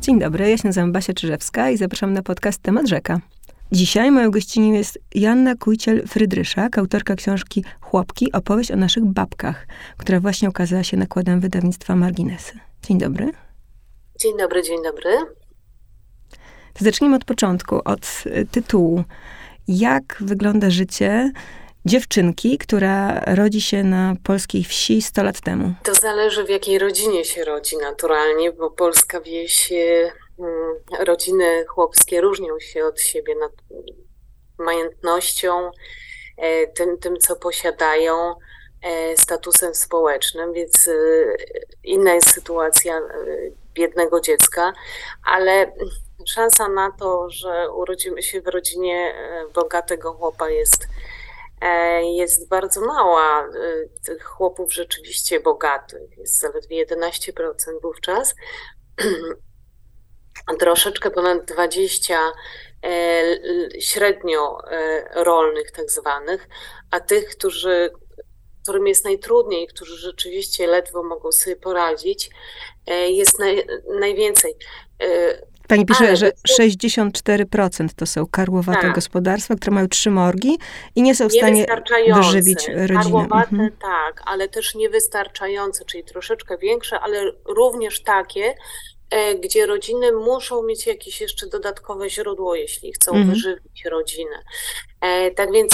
Dzień dobry, ja się nazywam Basia Czyżewska i zapraszam na podcast Temat Rzeka. Dzisiaj moją gościnią jest Joanna Kujciel-Frydryszak, autorka książki Chłopki, opowieść o naszych babkach, która właśnie ukazała się nakładem wydawnictwa Marginesy. Dzień dobry. Dzień dobry, dzień dobry. To zacznijmy od początku, od tytułu. Jak wygląda życie dziewczynki, która rodzi się na polskiej wsi 100 lat temu? To zależy, w jakiej rodzinie się rodzi naturalnie, bo polska wieś, rodziny chłopskie różnią się od siebie majętnością, tym co posiadają, statusem społecznym, więc inna jest sytuacja biednego dziecka, ale szansa na to, że urodzimy się w rodzinie bogatego chłopa jest bardzo mała. Tych chłopów rzeczywiście bogatych jest zaledwie 11% wówczas. Troszeczkę ponad 20 średnio rolnych tak zwanych, a tych, którym jest najtrudniej, którzy rzeczywiście ledwo mogą sobie poradzić, jest najwięcej. Pani pisze, że 64% to są karłowate gospodarstwa, które mają 3 morgi i nie są w stanie wyżywić rodziny. Karłowate, tak, ale też niewystarczające, czyli troszeczkę większe, ale również takie, gdzie rodziny muszą mieć jakieś jeszcze dodatkowe źródło, jeśli chcą wyżywić rodzinę. Tak więc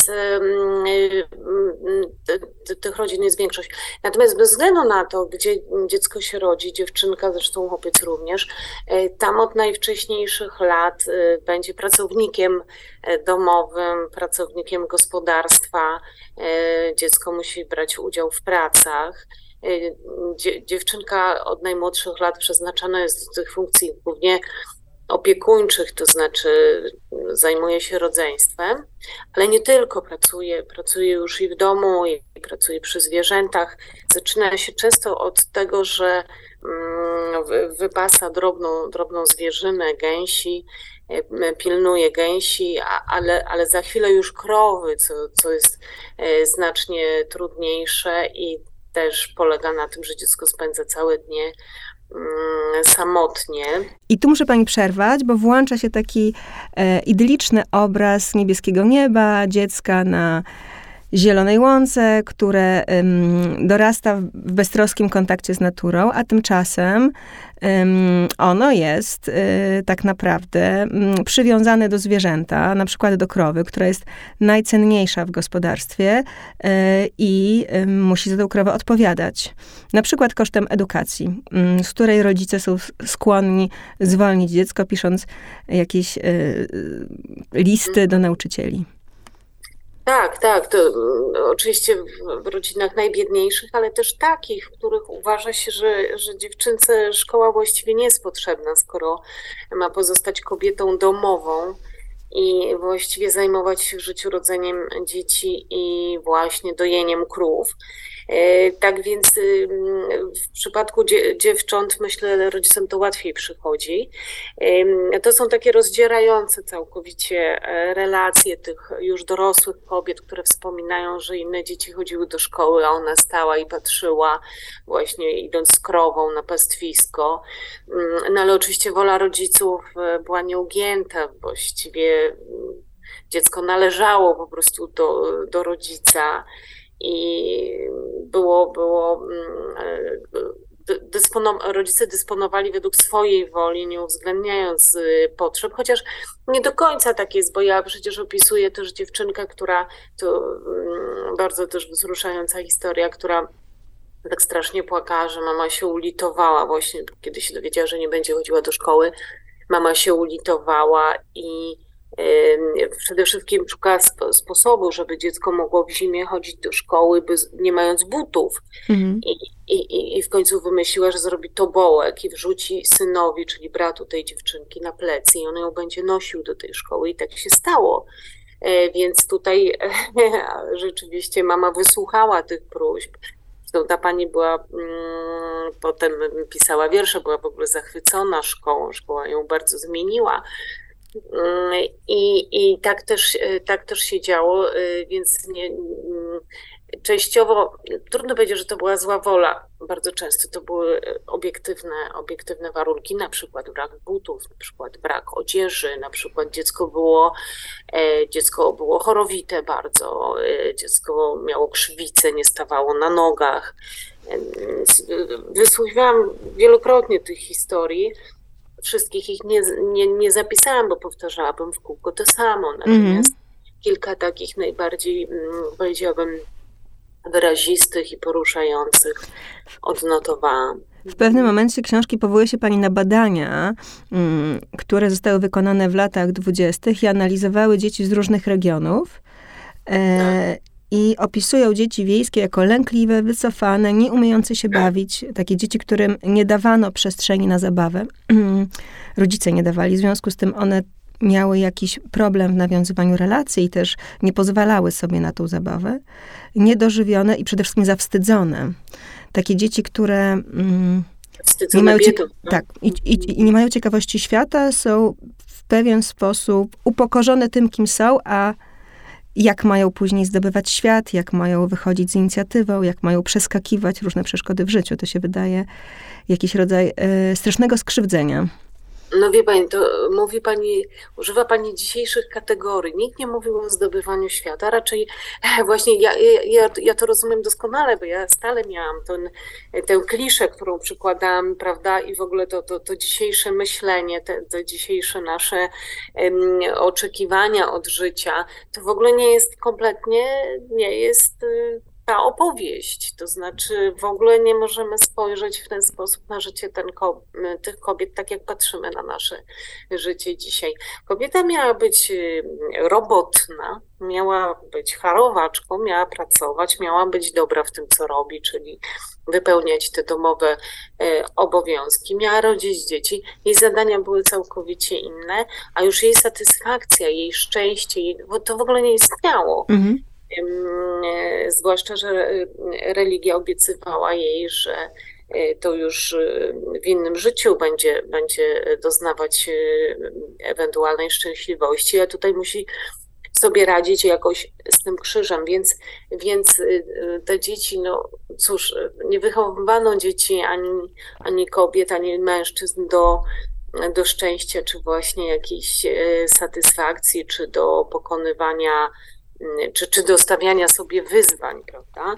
tych rodzin jest większość. Natomiast bez względu na to, gdzie dziecko się rodzi, dziewczynka, zresztą chłopiec również, tam od najwcześniejszych lat będzie pracownikiem domowym, pracownikiem gospodarstwa. Dziecko musi brać udział w pracach. Dziewczynka od najmłodszych lat przeznaczana jest do tych funkcji głównie opiekuńczych, to znaczy zajmuje się rodzeństwem, ale nie tylko pracuje już i w domu, i pracuje przy zwierzętach. Zaczyna się często od tego, że wypasa drobną zwierzynę, gęsi, pilnuje gęsi, ale za chwilę już krowy, co jest znacznie trudniejsze i też polega na tym, że dziecko spędza całe dnie samotnie. I tu muszę pani przerwać, bo włącza się taki idyliczny obraz niebieskiego nieba, dziecka na zielonej łące, które dorasta w beztroskim kontakcie z naturą, a tymczasem ono jest tak naprawdę przywiązane do zwierzęta, na przykład do krowy, która jest najcenniejsza w gospodarstwie i musi za tą krowę odpowiadać. Na przykład kosztem edukacji, z której rodzice są skłonni zwolnić dziecko, pisząc jakieś listy do nauczycieli. Tak, to oczywiście w rodzinach najbiedniejszych, ale też takich, w których uważa się, że dziewczynce szkoła właściwie nie jest potrzebna, skoro ma pozostać kobietą domową i właściwie zajmować się w życiu rodzeniem dzieci i właśnie dojeniem krów. Tak więc w przypadku dziewcząt, myślę, rodzicom to łatwiej przychodzi. To są takie rozdzierające całkowicie relacje tych już dorosłych kobiet, które wspominają, że inne dzieci chodziły do szkoły, a ona stała i patrzyła, właśnie idąc z krową na pastwisko. No ale oczywiście wola rodziców była nieugięta, właściwie dziecko należało po prostu do rodzica. I rodzice dysponowali według swojej woli, nie uwzględniając potrzeb, chociaż nie do końca tak jest, bo ja przecież opisuję też dziewczynkę, to bardzo też wzruszająca historia, która tak strasznie płakała, że mama się ulitowała właśnie, kiedy się dowiedziała, że nie będzie chodziła do szkoły. Mama się ulitowała i przede wszystkim szukała sposobu, żeby dziecko mogło w zimie chodzić do szkoły, nie mając butów. I w końcu wymyśliła, że zrobi tobołek i wrzuci synowi, czyli bratu tej dziewczynki, na plecy i on ją będzie nosił do tej szkoły. I tak się stało. Więc tutaj rzeczywiście mama wysłuchała tych próśb. Zresztą ta pani była, potem pisała wiersze, była w ogóle zachwycona szkołą. Szkoła ją bardzo zmieniła. I tak też się działo, więc częściowo, trudno powiedzieć, że to była zła wola. Bardzo często to były obiektywne warunki, na przykład brak butów, na przykład brak odzieży, na przykład dziecko było chorowite bardzo, dziecko miało krzywicę, nie stawało na nogach. Wysłuchiwałam wielokrotnie tych historii. Wszystkich ich nie zapisałam, bo powtarzałabym w kółko to samo. Natomiast kilka takich najbardziej, powiedziałabym, wyrazistych i poruszających odnotowałam. W pewnym momencie książki powołuje się pani na badania, które zostały wykonane w latach 20. i analizowały dzieci z różnych regionów. I opisują dzieci wiejskie jako lękliwe, wycofane, nie umiejące się bawić. Takie dzieci, którym nie dawano przestrzeni na zabawę. Rodzice nie dawali, w związku z tym one miały jakiś problem w nawiązywaniu relacji i też nie pozwalały sobie na tą zabawę. Niedożywione i przede wszystkim zawstydzone. Takie dzieci, które nie mają, tak, i nie mają ciekawości świata, są w pewien sposób upokorzone tym, kim są, a jak mają później zdobywać świat, jak mają wychodzić z inicjatywą, jak mają przeskakiwać różne przeszkody w życiu. To się wydaje jakiś rodzaj strasznego skrzywdzenia. No wie pani, to używa pani dzisiejszych kategorii. Nikt nie mówił o zdobywaniu świata, raczej właśnie ja to rozumiem doskonale, bo ja stale miałam tę kliszę, którą przykładałam, prawda, i w ogóle to dzisiejsze myślenie, to dzisiejsze nasze oczekiwania od życia, to w ogóle nie jest ta opowieść. To znaczy w ogóle nie możemy spojrzeć w ten sposób na życie tych kobiet, tak jak patrzymy na nasze życie dzisiaj. Kobieta miała być robotna, miała być charowaczką, miała pracować, miała być dobra w tym, co robi, czyli wypełniać te domowe obowiązki. Miała rodzić dzieci. Jej zadania były całkowicie inne, a już jej satysfakcja, jej szczęście, to w ogóle nie istniało. Zwłaszcza, że religia obiecywała jej, że to już w innym życiu będzie doznawać ewentualnej szczęśliwości, a tutaj musi sobie radzić jakoś z tym krzyżem, więc te dzieci, no cóż, nie wychowywano dzieci ani kobiet, ani mężczyzn do szczęścia, czy właśnie jakiejś satysfakcji, czy do pokonywania czy do stawiania sobie wyzwań, prawda?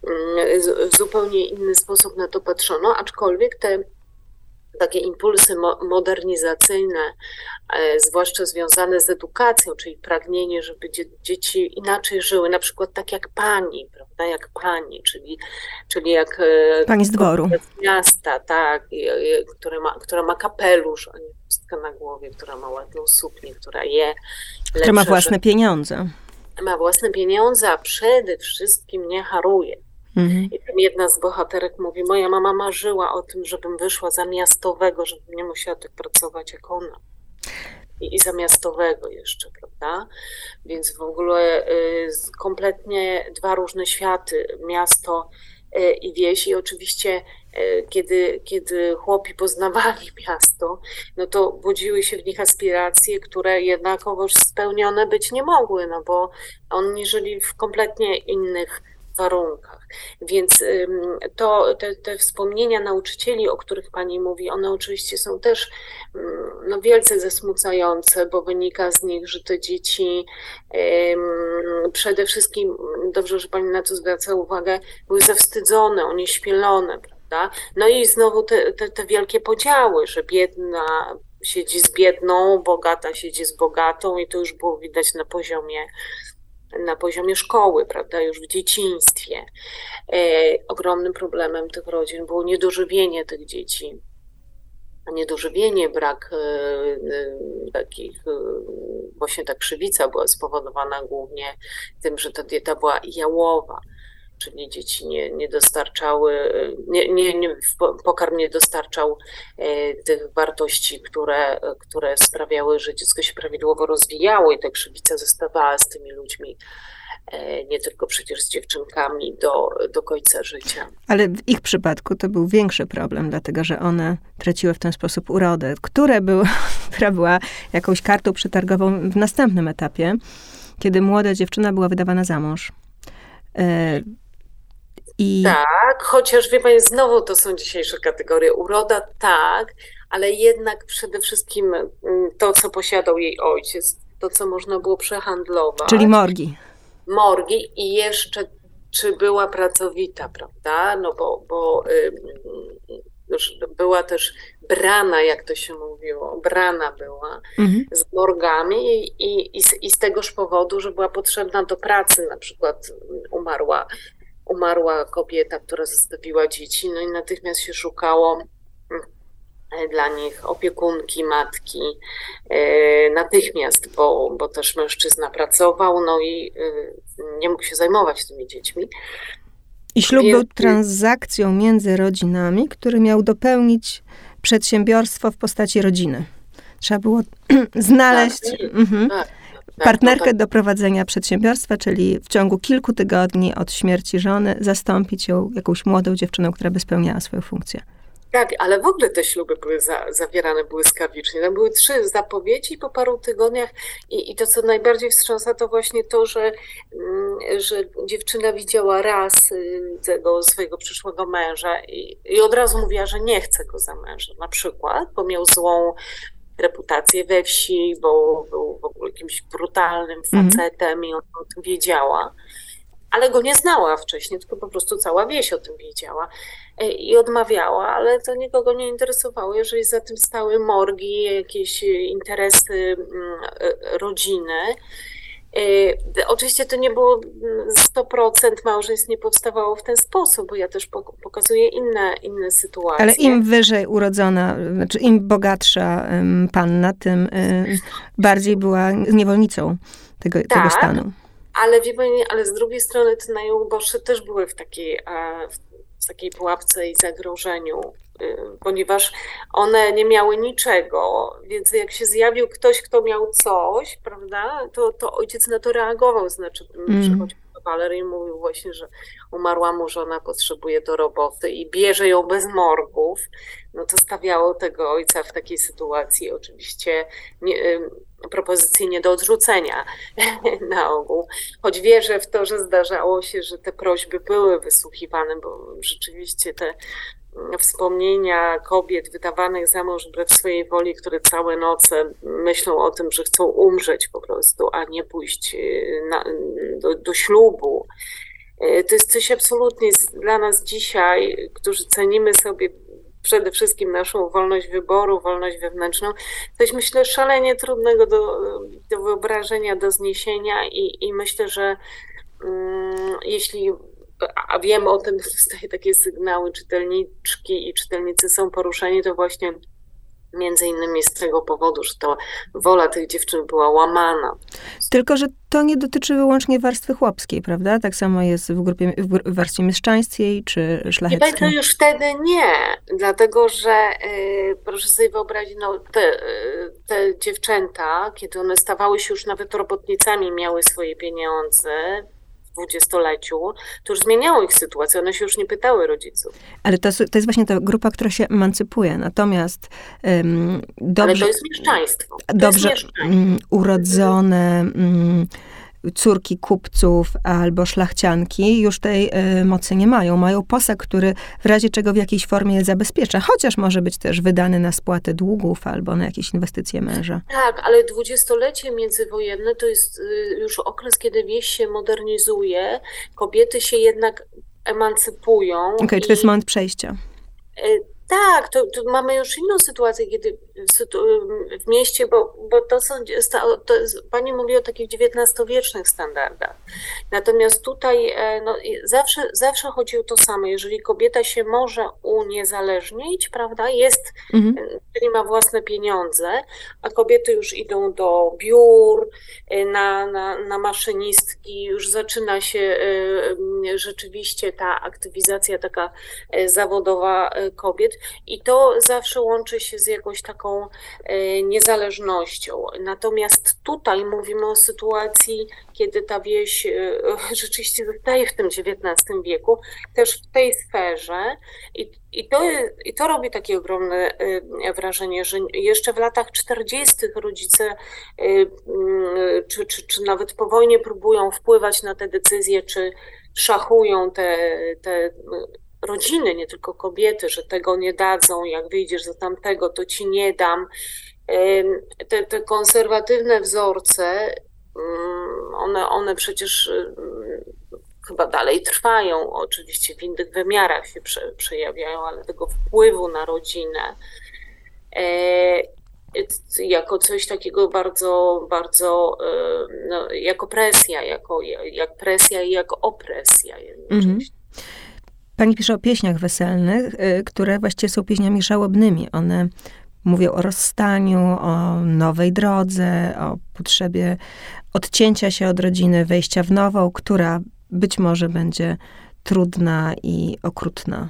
W zupełnie inny sposób na to patrzono, aczkolwiek te takie impulsy modernizacyjne, zwłaszcza związane z edukacją, czyli pragnienie, żeby dzieci inaczej żyły, na przykład tak jak pani, prawda, jak pani, czyli jak pani z dworu. Z miasta, tak, która ma kapelusz, a nie chustkę na głowie, która ma ładną suknię, która ma własne pieniądze. Ma własne pieniądze, a przede wszystkim nie haruje. I tam jedna z bohaterek mówi, moja mama marzyła o tym, żebym wyszła za miastowego, żebym nie musiała tak pracować jak ona. I za miastowego jeszcze, prawda? Więc w ogóle kompletnie dwa różne światy, miasto i wieś. I oczywiście kiedy chłopi poznawali miasto, no to budziły się w nich aspiracje, które jednakowoż spełnione być nie mogły, no bo oni żyli w kompletnie innych warunkach. Więc te wspomnienia nauczycieli, o których pani mówi, one oczywiście są też wielce zasmucające, bo wynika z nich, że te dzieci przede wszystkim, dobrze, że pani na to zwraca uwagę, były zawstydzone, onieśmielone, prawda? No i znowu te wielkie podziały, że biedna siedzi z biedną, bogata siedzi z bogatą i to już było widać na poziomie szkoły, prawda, już w dzieciństwie. Ogromnym problemem tych rodzin było niedożywienie tych dzieci. Niedożywienie, brak takich, właśnie ta krzywica była spowodowana głównie tym, że ta dieta była jałowa, czyli dzieci nie dostarczały, pokarm nie dostarczał tych wartości, które sprawiały, że dziecko się prawidłowo rozwijało i ta krzywica zostawała z tymi ludźmi, nie tylko przecież z dziewczynkami do końca życia. Ale w ich przypadku to był większy problem, dlatego że one traciły w ten sposób urodę, która była jakąś kartą przetargową w następnym etapie, kiedy młoda dziewczyna była wydawana za mąż. Tak, chociaż wie pani, znowu to są dzisiejsze kategorie. Uroda tak, ale jednak przede wszystkim to, co posiadał jej ojciec, to, co można było przehandlować. Czyli morgi. Morgi i jeszcze, czy była pracowita, prawda? No bo była też brana, jak to się mówiło, brana była z morgami i z tegoż powodu, że była potrzebna do pracy, na przykład umarła kobieta, która zostawiła dzieci, no i natychmiast się szukało dla nich opiekunki, matki, natychmiast, bo też mężczyzna pracował, no i nie mógł się zajmować tymi dziećmi. I ślub był transakcją między rodzinami, który miał dopełnić przedsiębiorstwo w postaci rodziny. Trzeba było znaleźć partnerkę do prowadzenia przedsiębiorstwa, czyli w ciągu kilku tygodni od śmierci żony zastąpić ją jakąś młodą dziewczyną, która by spełniała swoją funkcję. Tak, ale w ogóle te śluby były zawierane błyskawicznie. Tam były 3 zapowiedzi po paru tygodniach i to, co najbardziej wstrząsa, to właśnie to, że dziewczyna widziała raz tego swojego przyszłego męża i od razu mówiła, że nie chce go za męża. Na przykład, bo miał złą reputację we wsi, bo był w ogóle jakimś brutalnym facetem i ona o tym wiedziała. Ale go nie znała wcześniej, tylko po prostu cała wieś o tym wiedziała i odmawiała, ale to nikogo nie interesowało, jeżeli za tym stały morgi, jakieś interesy rodziny. Oczywiście to nie było 100% małżeństw nie powstawało w ten sposób, bo ja też pokazuję inne sytuacje. Ale im wyżej urodzona, znaczy im bogatsza panna, tym bardziej była niewolnicą tego stanu. Ale wie pani, ale z drugiej strony te najuboższe też były w takiej pułapce i zagrożeniu, ponieważ one nie miały niczego, więc jak się zjawił ktoś, kto miał coś, prawda, to ojciec na to reagował, znaczy przychodził do Walerii i mówił właśnie, że umarła mu żona, potrzebuje do roboty i bierze ją bez morgów, no to stawiało tego ojca w takiej sytuacji oczywiście propozycji nie do odrzucenia na ogół. Choć wierzę w to, że zdarzało się, że te prośby były wysłuchiwane, bo rzeczywiście te wspomnienia kobiet wydawanych za mąż wbrew swojej woli, które całe noce myślą o tym, że chcą umrzeć po prostu, a nie pójść do ślubu. To jest coś absolutnie dla nas dzisiaj, którzy cenimy sobie przede wszystkim naszą wolność wyboru, wolność wewnętrzną, coś myślę szalenie trudnego do wyobrażenia, do zniesienia i myślę, że jeśli, a wiem o tym, dostaję takie sygnały, czytelniczki i czytelnicy są poruszeni, to właśnie między innymi z tego powodu, że ta wola tych dziewczyn była łamana. Tylko, że to nie dotyczy wyłącznie warstwy chłopskiej, prawda? Tak samo jest w warstwie mieszczańskiej czy szlacheckiej. I to już wtedy nie, dlatego że proszę sobie wyobrazić, no, te dziewczęta, kiedy one stawały się już nawet robotnicami, miały swoje pieniądze, w 20-leciu, to już zmieniało ich sytuację. One się już nie pytały rodziców. Ale to jest właśnie ta grupa, która się emancypuje. Natomiast dobrze... Ale to jest mieszczaństwo. Dobrze urodzone córki kupców albo szlachcianki już tej mocy nie mają. Mają posag, który w razie czego w jakiejś formie je zabezpiecza. Chociaż może być też wydany na spłatę długów albo na jakieś inwestycje męża. Tak, ale 20-lecie międzywojenne to jest już okres, kiedy wieś się modernizuje. Kobiety się jednak emancypują. Okej, czy to jest moment przejścia? Tak, to mamy już inną sytuację, kiedy w mieście, bo pani mówi o takich XIX-wiecznych standardach. Natomiast tutaj no, zawsze chodzi o to samo. Jeżeli kobieta się może uniezależnić, prawda, czyli ma własne pieniądze, a kobiety już idą do biur, na maszynistki, już zaczyna się rzeczywiście ta aktywizacja taka zawodowa kobiet i to zawsze łączy się z jakąś taką niezależnością. Natomiast tutaj mówimy o sytuacji, kiedy ta wieś rzeczywiście zostaje w tym XIX wieku, też w tej sferze i to robi takie ogromne wrażenie, że jeszcze w latach 40. rodzice czy nawet po wojnie próbują wpływać na te decyzje, czy szachują te rodziny, nie tylko kobiety, że tego nie dadzą, jak wyjdziesz za tamtego, to ci nie dam. Te konserwatywne wzorce, one przecież chyba dalej trwają, oczywiście w innych wymiarach się przejawiają, ale tego wpływu na rodzinę jako coś takiego bardzo, bardzo, no, jako presja, jak presja i jak opresja jednocześnie. Pani pisze o pieśniach weselnych, które właściwie są pieśniami żałobnymi. One mówią o rozstaniu, o nowej drodze, o potrzebie odcięcia się od rodziny, wejścia w nową, która być może będzie trudna i okrutna.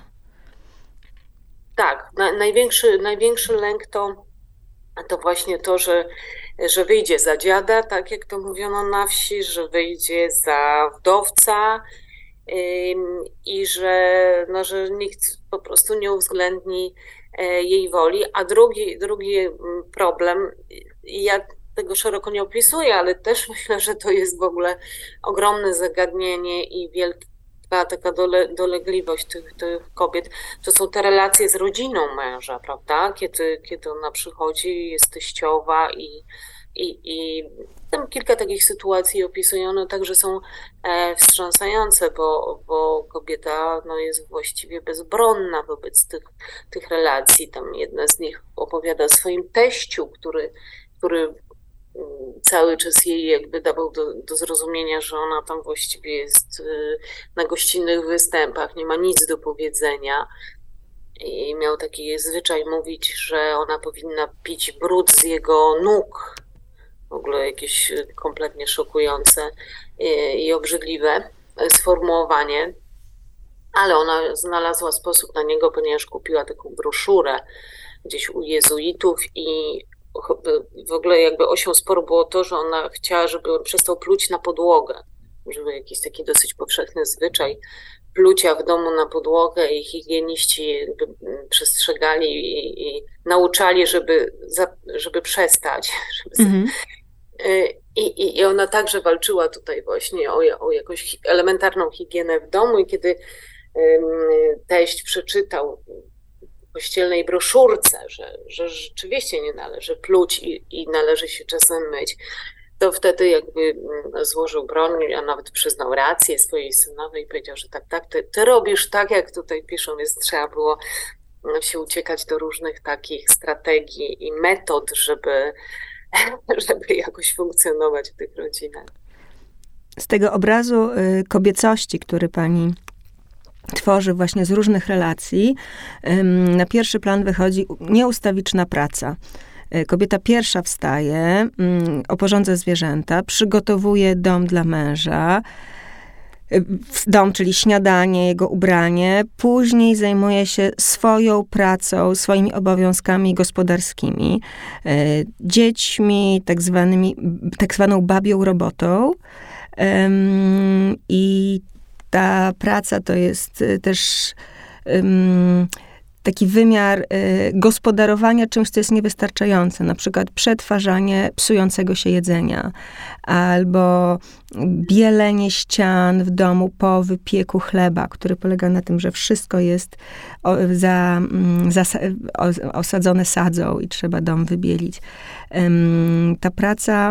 Tak, największy lęk to właśnie to, że wyjdzie za dziada, tak jak to mówiono na wsi, że wyjdzie za wdowca i że nikt po prostu nie uwzględni jej woli. A drugi problem, ja tego szeroko nie opisuję, ale też myślę, że to jest w ogóle ogromne zagadnienie i wielka taka dolegliwość tych kobiet, to są te relacje z rodziną męża, prawda? Kiedy ona przychodzi, jest teściowa i tam kilka takich sytuacji opisują, one także są wstrząsające, bo kobieta jest właściwie bezbronna wobec tych relacji. Tam jedna z nich opowiada o swoim teściu, który cały czas jej jakby dawał do zrozumienia, że ona tam właściwie jest na gościnnych występach, nie ma nic do powiedzenia. I miał taki zwyczaj mówić, że ona powinna pić brud z jego nóg. W ogóle jakieś kompletnie szokujące i obrzydliwe sformułowanie. Ale ona znalazła sposób na niego, ponieważ kupiła taką broszurę gdzieś u jezuitów i w ogóle jakby osią sporu było to, że ona chciała, żeby on przestał pluć na podłogę. Żeby jakiś taki dosyć powszechny zwyczaj plucia w domu na podłogę i higieniści przestrzegali i nauczali, żeby przestać. I ona także walczyła tutaj właśnie o jakąś elementarną higienę w domu i kiedy teść przeczytał kościelnej broszurce, że rzeczywiście nie należy pluć i należy się czasem myć, to wtedy jakby złożył broń, a nawet przyznał rację swojej synowej i powiedział, że tak, ty robisz tak, jak tutaj piszą, więc trzeba było się uciekać do różnych takich strategii i metod, żeby jakoś funkcjonować w tych rodzinach. Z tego obrazu kobiecości, który pani tworzy właśnie z różnych relacji, na pierwszy plan wychodzi nieustawiczna praca. Kobieta pierwsza wstaje, oporządza zwierzęta, przygotowuje dom dla męża, dom, czyli śniadanie, jego ubranie, później zajmuje się swoją pracą, swoimi obowiązkami gospodarskimi, dziećmi, tak zwaną babią robotą. I ta praca to jest też taki wymiar gospodarowania czymś, co jest niewystarczające. Na przykład przetwarzanie psującego się jedzenia, albo bielenie ścian w domu po wypieku chleba, który polega na tym, że wszystko jest osadzone sadzą i trzeba dom wybielić. Ta praca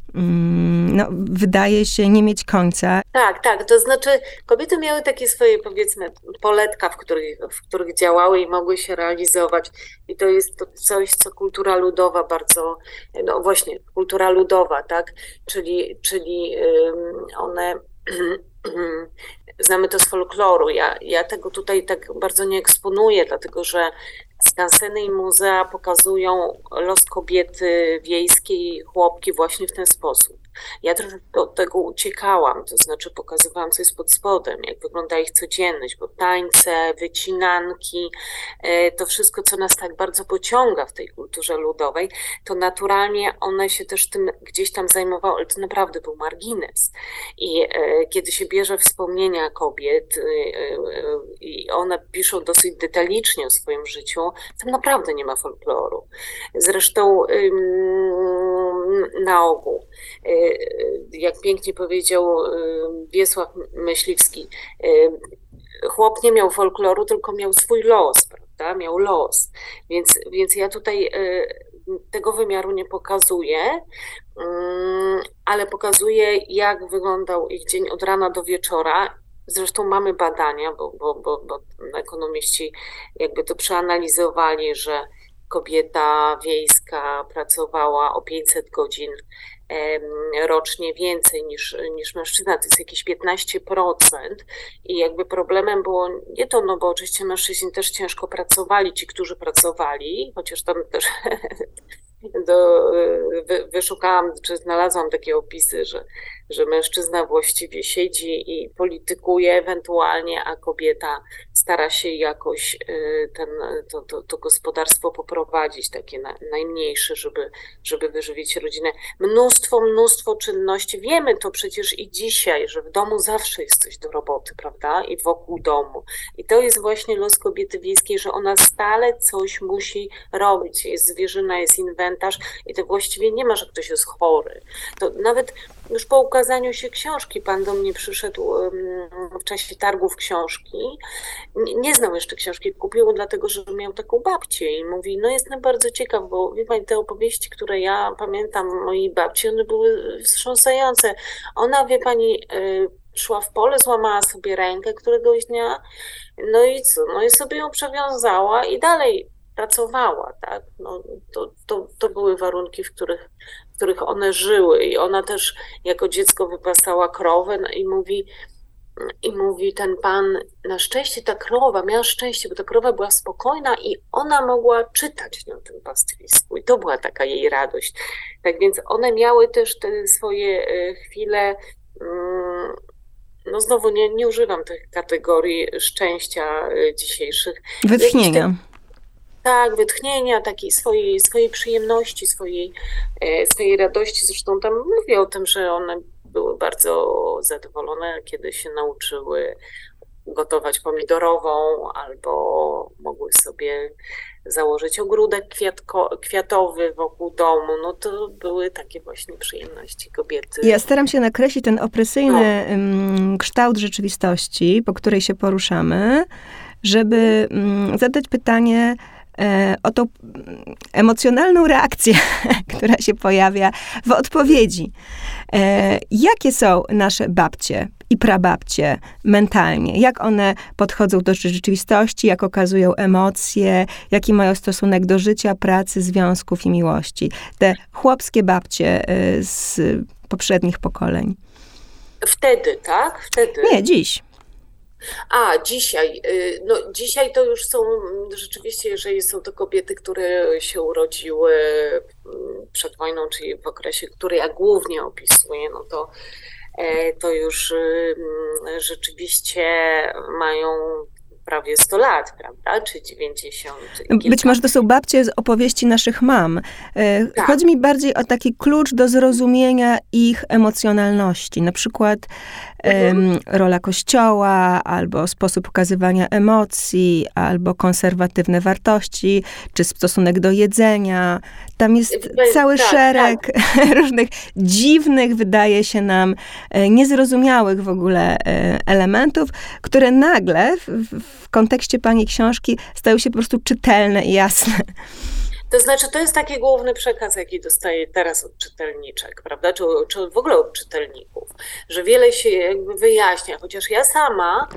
wydaje się nie mieć końca. Tak, to znaczy kobiety miały takie swoje, powiedzmy, poletka, w których działały i mogły się realizować i to jest to coś, co kultura ludowa bardzo, właśnie kultura ludowa, tak, czyli one znamy to z folkloru. Ja tego tutaj tak bardzo nie eksponuję, dlatego że skanseny i muzea pokazują los kobiety wiejskiej, chłopki właśnie w ten sposób. Ja trochę od tego uciekałam, to znaczy pokazywałam, co jest pod spodem, jak wygląda ich codzienność, bo tańce, wycinanki, to wszystko, co nas tak bardzo pociąga w tej kulturze ludowej, to naturalnie one się też tym gdzieś tam zajmowały, ale to naprawdę był margines. I kiedy się bierze wspomnienia kobiet i one piszą dosyć detalicznie o swoim życiu, tam naprawdę nie ma folkloru. Zresztą na ogół. Jak pięknie powiedział Wiesław Myśliwski, chłop nie miał folkloru, tylko miał swój los, prawda? Miał los. Więc ja tutaj tego wymiaru nie pokazuję, ale pokazuję, jak wyglądał ich dzień od rana do wieczora. Zresztą mamy badania, bo ekonomiści jakby to przeanalizowali, że kobieta wiejska pracowała o 500 godzin rocznie więcej niż mężczyzna, to jest jakieś 15%. I jakby problemem było nie to, no bo oczywiście mężczyźni też ciężko pracowali, ci, którzy pracowali, chociaż tam też wyszukałam, czy znalazłam takie opisy, że mężczyzna właściwie siedzi i politykuje ewentualnie, a kobieta stara się jakoś to gospodarstwo poprowadzić, takie najmniejsze, żeby wyżywić rodzinę. Mnóstwo czynności. Wiemy to przecież i dzisiaj, że w domu zawsze jest coś do roboty, prawda? I wokół domu. I to jest właśnie los kobiety wiejskiej, że ona stale coś musi robić. Jest zwierzyna, jest inwentarz i to właściwie nie ma, że ktoś jest chory. To nawet już po ukazaniu się książki, pan do mnie przyszedł w czasie targów książki, nie znał jeszcze książki, kupił dlatego, że miał taką babcię i mówi, no jestem bardzo ciekaw, bo wie pani, te opowieści, które ja pamiętam mojej babci, one były wstrząsające. Ona, wie pani, szła w pole, złamała sobie rękę któregoś dnia, no i co, no i sobie ją przewiązała i dalej pracowała, tak? No, to były warunki, w których one żyły i ona też jako dziecko wypasała krowę i mówi ten pan, na szczęście ta krowa, miała szczęście, bo ta krowa była spokojna i ona mogła czytać na tym pastwisku i to była taka jej radość. Tak więc one miały też te swoje chwile, no znowu nie używam tych kategorii szczęścia dzisiejszych. Wytchnienia. Tak, wytchnienia, takiej swojej przyjemności, swojej radości. Zresztą tam mówię o tym, że one były bardzo zadowolone, kiedy się nauczyły gotować pomidorową albo mogły sobie założyć ogródek kwiatowy wokół domu. No to były takie właśnie przyjemności kobiety. Ja staram się nakreślić ten opresyjny kształt rzeczywistości, po której się poruszamy, żeby zadać pytanie o tą emocjonalną reakcję, która się pojawia w odpowiedzi. Jakie są nasze babcie i prababcie mentalnie? Jak one podchodzą do rzeczywistości, jak okazują emocje, jaki mają stosunek do życia, pracy, związków i miłości? Te chłopskie babcie z poprzednich pokoleń. Wtedy, tak? Wtedy. Nie, dziś. A, dzisiaj. No, dzisiaj to już są rzeczywiście, jeżeli są to kobiety, które się urodziły przed wojną, czyli w okresie, który ja głównie opisuję, no to już rzeczywiście mają prawie 100 lat, prawda? Czy 90. Być może to są babcie z opowieści naszych mam. Tak. Chodzi mi bardziej o taki klucz do zrozumienia ich emocjonalności. Na przykład rola Kościoła, albo sposób pokazywania emocji, albo konserwatywne wartości, czy stosunek do jedzenia. Tam jest cały szereg różnych dziwnych, wydaje się nam, niezrozumiałych w ogóle elementów, które nagle w kontekście pani książki stają się po prostu czytelne i jasne. To znaczy, to jest taki główny przekaz, jaki dostaję teraz od czytelniczek, prawda, czy w ogóle od czytelników, że wiele się jakby wyjaśnia, chociaż ja sama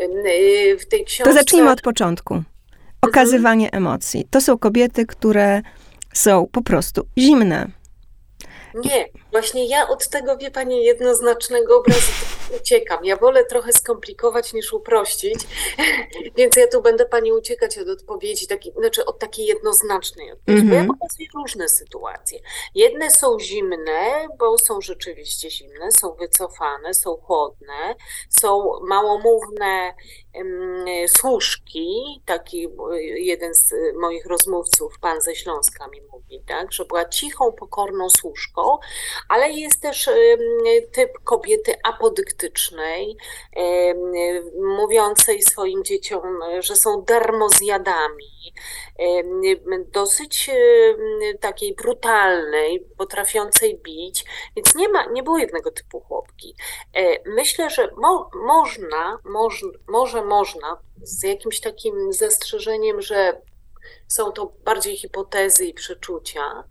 w tej książce... To zacznijmy od początku. Okazywanie emocji. To są kobiety, które są po prostu zimne. Nie, właśnie ja od tego, wie pani, jednoznacznego obrazu uciekam. Ja wolę trochę skomplikować niż uprościć, więc ja tu będę pani uciekać od odpowiedzi, znaczy od takiej jednoznacznej odpowiedzi, bo ja pokazuję różne sytuacje. Jedne są zimne, bo są rzeczywiście zimne, są wycofane, są chłodne, są małomówne służki, taki jeden z moich rozmówców, pan ze Śląska mi mówi, tak, że była cichą, pokorną służką, ale jest też typ kobiety apodyktycznej, mówiącej swoim dzieciom, że są darmozjadami, dosyć takiej brutalnej, potrafiącej bić, więc nie było jednego typu chłopki. Myślę, że można z jakimś takim zastrzeżeniem, że są to bardziej hipotezy i przeczucia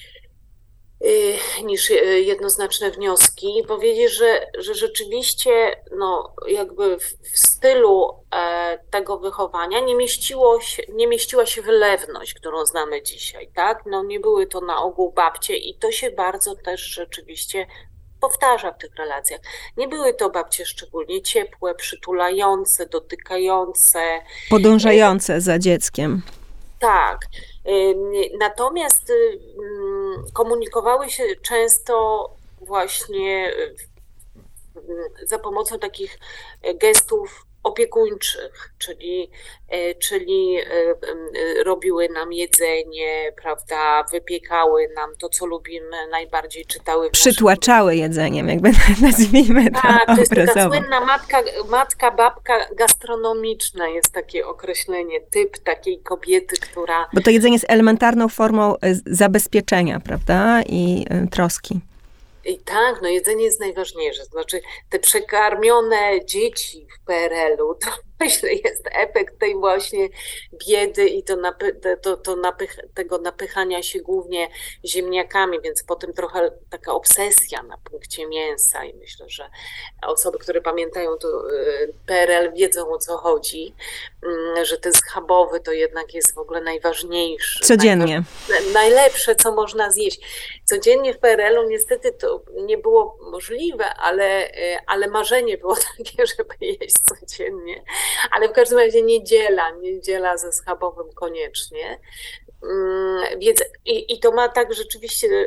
niż jednoznaczne wnioski, powiedzieć, że rzeczywiście no, jakby w stylu tego wychowania nie mieściła się wylewność, którą znamy dzisiaj, tak? No, nie były to na ogół babcie i to się bardzo też rzeczywiście powtarza w tych relacjach. Nie były to babcie szczególnie ciepłe, przytulające, dotykające. Podążające za dzieckiem. Tak. Natomiast komunikowały się często właśnie za pomocą takich gestów opiekuńczych, czyli robiły nam jedzenie, prawda, wypiekały nam to, co lubimy, najbardziej czytały. Przytłaczały jedzeniem, jakby nazwijmy to tak, to jest obrazowo. taka słynna babka gastronomiczna, jest takie określenie, typ takiej kobiety, która... Bo to jedzenie jest elementarną formą zabezpieczenia, prawda, i troski. I tak, no jedzenie jest najważniejsze. Znaczy te przekarmione dzieci w PRL-u, to myślę jest efekt tej właśnie biedy i tego napychania się głównie ziemniakami, więc potem trochę taka obsesja na punkcie mięsa i myślę, że osoby, które pamiętają to PRL wiedzą, o co chodzi, że ten schabowy to jednak jest w ogóle najważniejszy. Codziennie. Najlepsze, co można zjeść. Codziennie w PRL-u niestety to nie było możliwe, ale marzenie było takie, żeby jeść codziennie. Ale w każdym razie niedziela ze schabowym koniecznie. Więc i to ma tak rzeczywiście,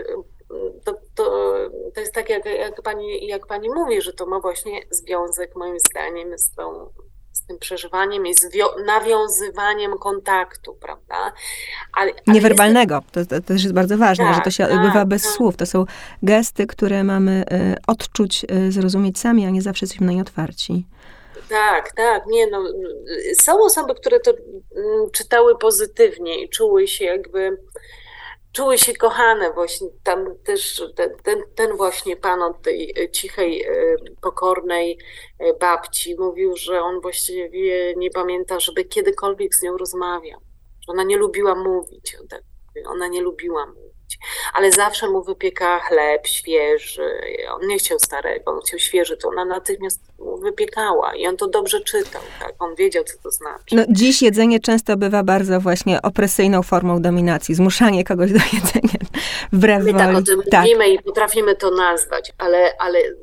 to jest tak jak pani mówi, że to ma właśnie związek moim zdaniem z tym przeżywaniem i z nawiązywaniem kontaktu, prawda? Ale niewerbalnego. To też jest bardzo ważne, że to się odbywa bez słów. To są gesty, które mamy odczuć, zrozumieć sami, a nie zawsze jesteśmy na nie otwarci. Tak, nie no. Są osoby, które to czytały pozytywnie i czuły się kochane. Właśnie tam też ten właśnie pan od tej cichej, pokornej babci mówił, że on właściwie nie pamięta, żeby kiedykolwiek z nią rozmawiał. Że ona nie lubiła mówić. Ona nie lubiła mówić. Ale zawsze mu wypiekała chleb świeży. On nie chciał starego, on chciał świeży. To ona natychmiast mu wypiekała i on to dobrze czytał. Tak? On wiedział, co to znaczy. No, dziś jedzenie często bywa bardzo właśnie opresyjną formą dominacji. Zmuszanie kogoś do jedzenia wbrew woli. My tak o tym mówimy i potrafimy to nazwać, ale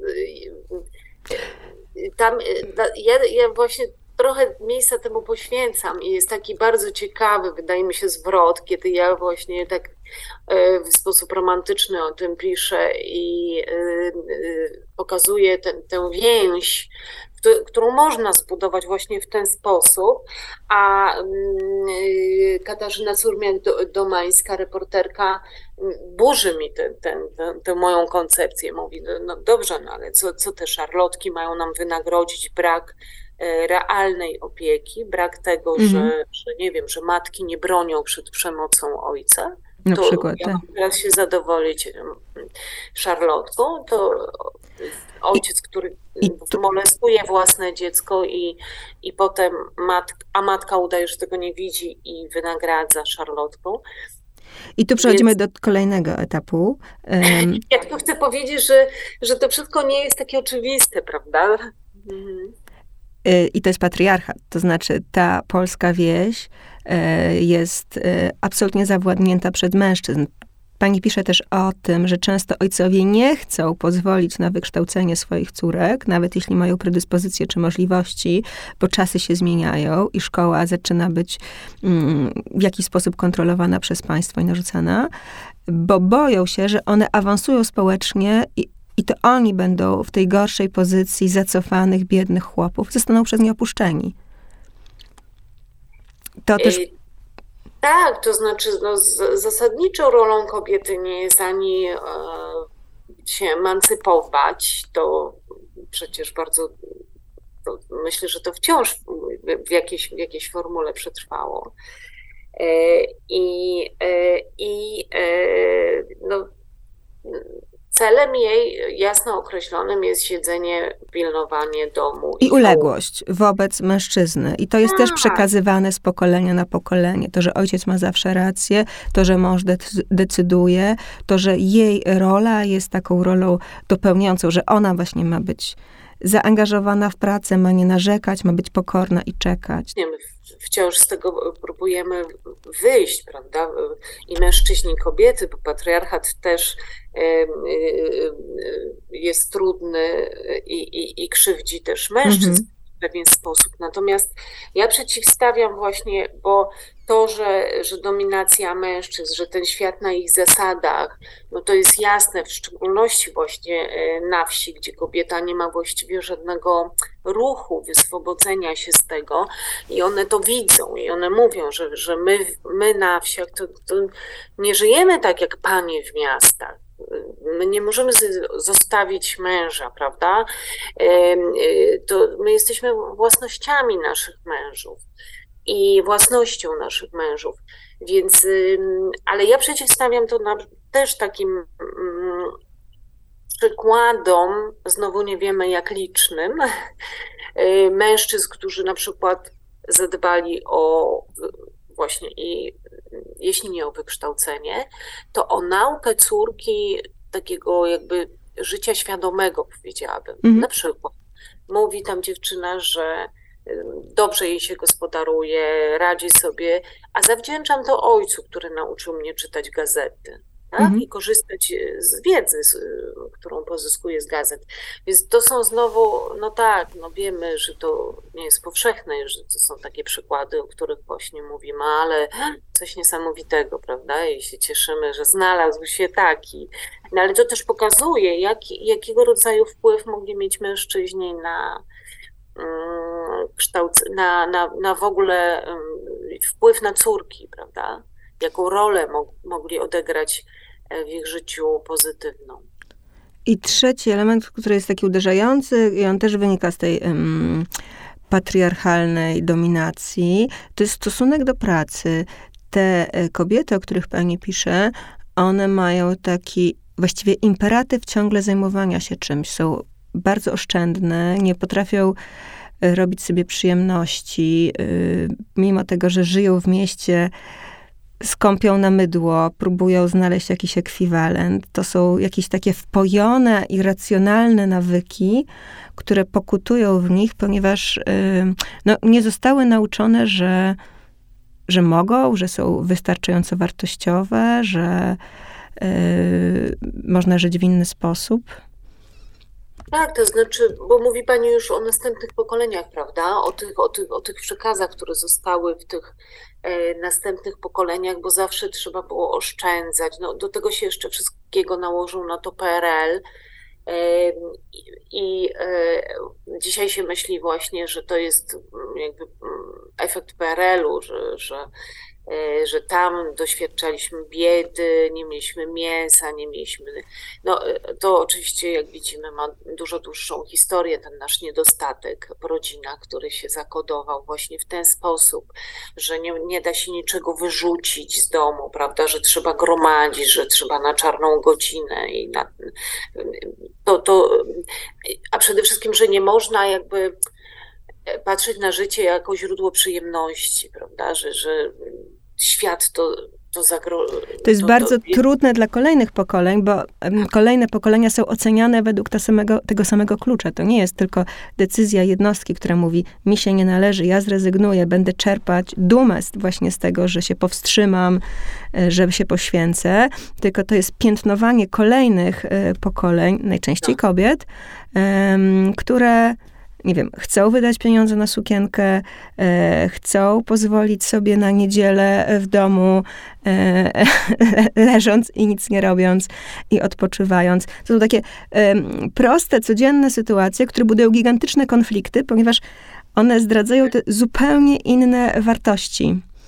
tam ja właśnie trochę miejsca temu poświęcam i jest taki bardzo ciekawy, wydaje mi się, zwrot, kiedy ja właśnie tak w sposób romantyczny o tym piszę i pokazuję tę więź, którą można zbudować właśnie w ten sposób, a Katarzyna Surmiak-Domańska, reporterka, burzy mi tę moją koncepcję. Mówi, no dobrze, no ale co te szarlotki mają nam wynagrodzić? Brak realnej opieki, brak tego, że nie wiem, że matki nie bronią przed przemocą ojca. Na to przykład, ja mam teraz się zadowolić szarlotką, to ojciec, który molestuje własne dziecko i potem matka udaje, że tego nie widzi i wynagradza szarlotką. I tu przechodzimy do kolejnego etapu. Ja tu chcę powiedzieć, że to wszystko nie jest takie oczywiste, prawda? I to jest patriarchat. To znaczy ta polska wieś jest absolutnie zawładnięta przez mężczyzn. Pani pisze też o tym, że często ojcowie nie chcą pozwolić na wykształcenie swoich córek, nawet jeśli mają predyspozycje czy możliwości, bo czasy się zmieniają i szkoła zaczyna być w jakiś sposób kontrolowana przez państwo i narzucana, bo boją się, że one awansują społecznie i to oni będą w tej gorszej pozycji zacofanych, biednych chłopów, zostaną przez nie opuszczeni. To też... Tak, to znaczy zasadniczą rolą kobiety nie jest ani się emancypować, to przecież bardzo, myślę, że to wciąż w jakiejś formule przetrwało. No, celem jej jasno określonym jest siedzenie, pilnowanie domu. I uległość wobec mężczyzny. I to jest też przekazywane z pokolenia na pokolenie. To, że ojciec ma zawsze rację, to, że mąż decyduje, to, że jej rola jest taką rolą dopełniającą, że ona właśnie ma być zaangażowana w pracę, ma nie narzekać, ma być pokorna i czekać. My wciąż z tego próbujemy wyjść, prawda? I mężczyźni, i kobiety, bo patriarchat też jest trudny i krzywdzi też mężczyzn w pewien sposób. Natomiast ja przeciwstawiam właśnie, bo to, że dominacja mężczyzn, że ten świat na ich zasadach, no to jest jasne, w szczególności właśnie na wsi, gdzie kobieta nie ma właściwie żadnego ruchu, wyswobodzenia się z tego i one to widzą i one mówią, że my na wsiach to nie żyjemy tak jak panie w miastach. My nie możemy zostawić męża, prawda? To my jesteśmy własnościami naszych mężów i własnością naszych mężów. Więc, ale ja przeciwstawiam to też takim przykładom, znowu nie wiemy jak licznym, mężczyzn, którzy na przykład zadbali o właśnie i jeśli nie o wykształcenie, to o naukę córki takiego jakby życia świadomego, powiedziałabym. Na przykład mówi tam dziewczyna, że dobrze jej się gospodaruje, radzi sobie, a zawdzięczam to ojcu, który nauczył mnie czytać gazety. Tak? I korzystać z wiedzy, którą pozyskuję z gazet. Więc to są znowu, no tak, no wiemy, że to nie jest powszechne, że to są takie przykłady, o których właśnie mówimy, ale coś niesamowitego, prawda? I się cieszymy, że znalazł się taki. No ale to też pokazuje, jakiego rodzaju wpływ mogli mieć mężczyźni na kształt, na w ogóle wpływ na córki, prawda? Jaką rolę mogli odegrać w ich życiu pozytywną. I trzeci element, który jest taki uderzający, i on też wynika z tej patriarchalnej dominacji, to jest stosunek do pracy. Te kobiety, o których pani pisze, one mają taki właściwie imperatyw ciągle zajmowania się czymś. Są bardzo oszczędne, nie potrafią robić sobie przyjemności, mimo tego, że żyją w mieście, skąpią na mydło, próbują znaleźć jakiś ekwiwalent. To są jakieś takie wpojone, irracjonalne nawyki, które pokutują w nich, ponieważ nie zostały nauczone, że mogą, że są wystarczająco wartościowe, że można żyć w inny sposób. Tak, to znaczy, bo mówi pani już o następnych pokoleniach, prawda? O tych przekazach, które zostały w tych następnych pokoleniach, bo zawsze trzeba było oszczędzać. No, do tego się jeszcze wszystkiego nałożył na to PRL. Dzisiaj się myśli właśnie, że to jest jakby efekt PRL-u, że tam doświadczaliśmy biedy, nie mieliśmy mięsa, nie mieliśmy... No to oczywiście, jak widzimy, ma dużo dłuższą historię, ten nasz niedostatek w rodzinach, który się zakodował właśnie w ten sposób, że nie da się niczego wyrzucić z domu, prawda, że trzeba gromadzić, że trzeba na czarną godzinę i a przede wszystkim, że nie można jakby patrzeć na życie jako źródło przyjemności, prawda, że świat to jest bardzo trudne dla kolejnych pokoleń, bo kolejne pokolenia są oceniane według tego samego klucza. To nie jest tylko decyzja jednostki, która mówi, mi się nie należy, ja zrezygnuję, będę czerpać dumę właśnie z tego, że się powstrzymam, że się poświęcę, tylko to jest piętnowanie kolejnych pokoleń, najczęściej kobiet, które nie wiem, chcą wydać pieniądze na sukienkę, chcą pozwolić sobie na niedzielę w domu, leżąc i nic nie robiąc i odpoczywając. To są takie proste, codzienne sytuacje, które budują gigantyczne konflikty, ponieważ one zdradzają te zupełnie inne wartości.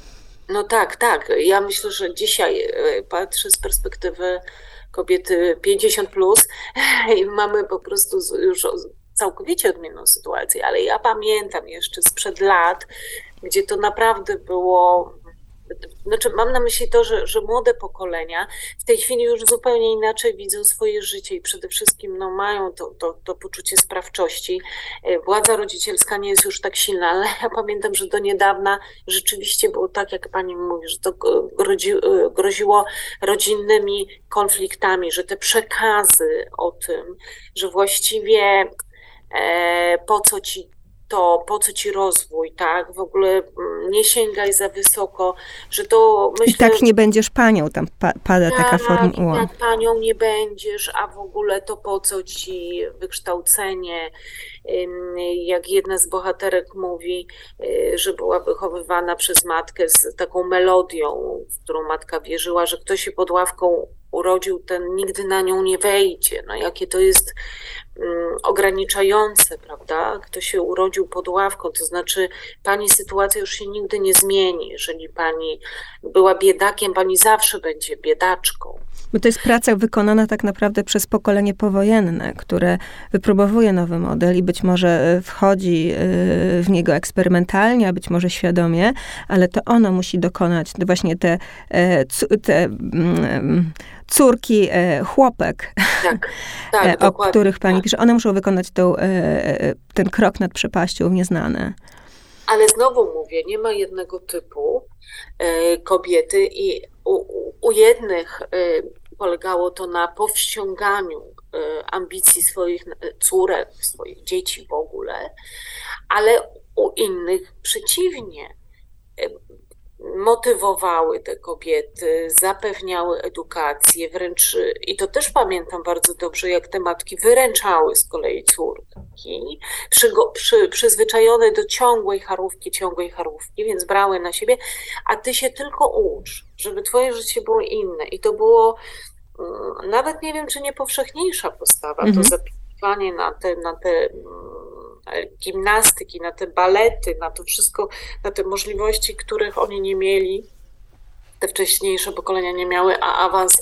No tak, tak. Ja myślę, że dzisiaj patrzę z perspektywy kobiety 50 plus i mamy po prostu już całkowicie odmienną sytuację, ale ja pamiętam jeszcze sprzed lat, gdzie to naprawdę było. Znaczy, mam na myśli to, że młode pokolenia w tej chwili już zupełnie inaczej widzą swoje życie i przede wszystkim no, mają to poczucie sprawczości. Władza rodzicielska nie jest już tak silna, ale ja pamiętam, że do niedawna rzeczywiście było tak, jak pani mówi, że to groziło rodzinnymi konfliktami, że te przekazy o tym, że właściwie po co ci to, po co ci rozwój, tak? W ogóle nie sięgaj za wysoko, że to myślę... I tak nie będziesz panią, tam pada taka formuła. Tak panią nie będziesz, a w ogóle to po co ci wykształcenie, jak jedna z bohaterek mówi, że była wychowywana przez matkę z taką melodią, w którą matka wierzyła, że kto się pod ławką urodził, ten nigdy na nią nie wejdzie. No jakie to jest ograniczające, prawda? Kto się urodził pod ławką, to znaczy pani sytuacja już się nigdy nie zmieni. Jeżeli pani była biedakiem, pani zawsze będzie biedaczką. Bo to jest praca wykonana tak naprawdę przez pokolenie powojenne, które wypróbowuje nowy model i być może wchodzi w niego eksperymentalnie, a być może świadomie, ale to ono musi dokonać właśnie te córki chłopek, tak, o których pani pisze. One muszą wykonać ten krok nad przepaścią w nieznane. Ale znowu mówię, nie ma jednego typu kobiety i u jednych polegało to na powściąganiu ambicji swoich córek, swoich dzieci w ogóle, ale u innych przeciwnie. Motywowały te kobiety, zapewniały edukację, wręcz, i to też pamiętam bardzo dobrze, jak te matki wyręczały z kolei córki, przyzwyczajone do ciągłej charówki, więc brały na siebie, a ty się tylko ucz, żeby twoje życie było inne. I to było nawet nie wiem, czy nie powszechniejsza postawa, to zapisywanie na te gimnastyki, na te balety, na to wszystko, na te możliwości, których oni nie mieli, te wcześniejsze pokolenia nie miały, a awans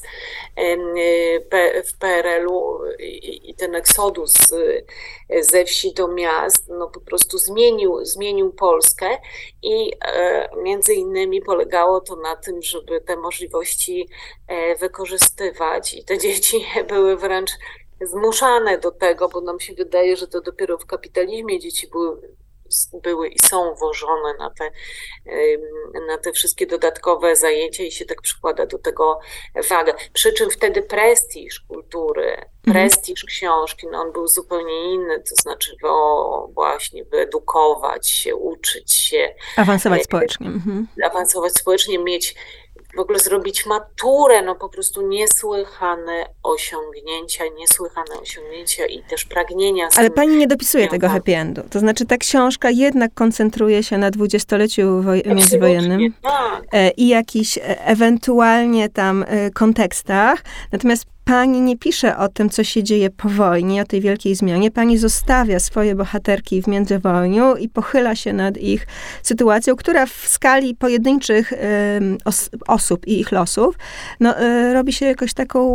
w PRL-u i ten eksodus ze wsi do miast, no po prostu zmienił Polskę i między innymi polegało to na tym, żeby te możliwości wykorzystywać i te dzieci były wręcz zmuszane do tego, bo nam się wydaje, że to dopiero w kapitalizmie dzieci były i są wożone na te wszystkie dodatkowe zajęcia i się tak przykłada do tego wagę. Przy czym wtedy prestiż kultury, prestiż książki, no on był zupełnie inny, to znaczy właśnie wyedukować się, uczyć się. Awansować społecznie. Awansować społecznie, mieć w ogóle zrobić maturę, no po prostu niesłychane osiągnięcia i też pragnienia. Ale pani nie dopisuje tego happy endu. To znaczy ta książka jednak koncentruje się na dwudziestoleciu międzywojennym i jakichś ewentualnie tam kontekstach. Natomiast pani nie pisze o tym, co się dzieje po wojnie, o tej wielkiej zmianie. Pani zostawia swoje bohaterki w międzywojniu i pochyla się nad ich sytuacją, która w skali pojedynczych osób i ich losów robi się jakoś taką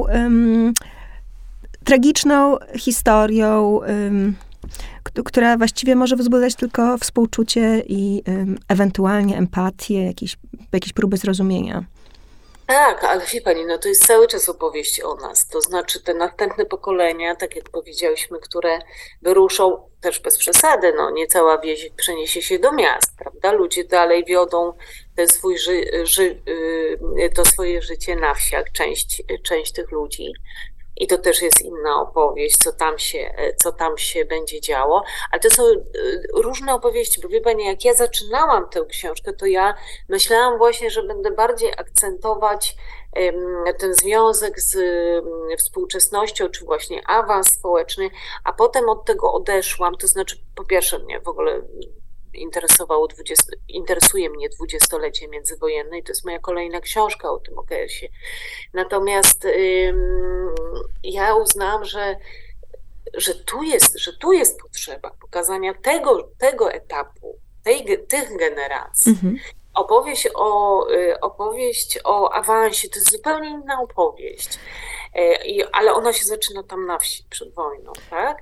tragiczną historią, która właściwie może wzbudzać tylko współczucie i ewentualnie empatię, jakieś próby zrozumienia. Tak, ale wie pani, no to jest cały czas opowieść o nas. To znaczy te następne pokolenia, tak jak powiedziałyśmy, które wyruszą też bez przesady, no nie cała wieś przeniesie się do miast, prawda? Ludzie dalej wiodą to swoje życie na wsiach, część tych ludzi. I to też jest inna opowieść, co tam się będzie działo. Ale to są różne opowieści, bo wie pani, jak ja zaczynałam tę książkę, to ja myślałam właśnie, że będę bardziej akcentować ten związek z współczesnością, czy właśnie awans społeczny, a potem od tego odeszłam. To znaczy, po pierwsze mnie w ogóle interesuje mnie dwudziestolecie międzywojenne i to jest moja kolejna książka o tym okresie. Natomiast ja uznałam, że tu jest potrzeba pokazania tego etapu, tych generacji. Opowieść o awansie to jest zupełnie inna opowieść. Ale ona się zaczyna tam na wsi przed wojną, tak?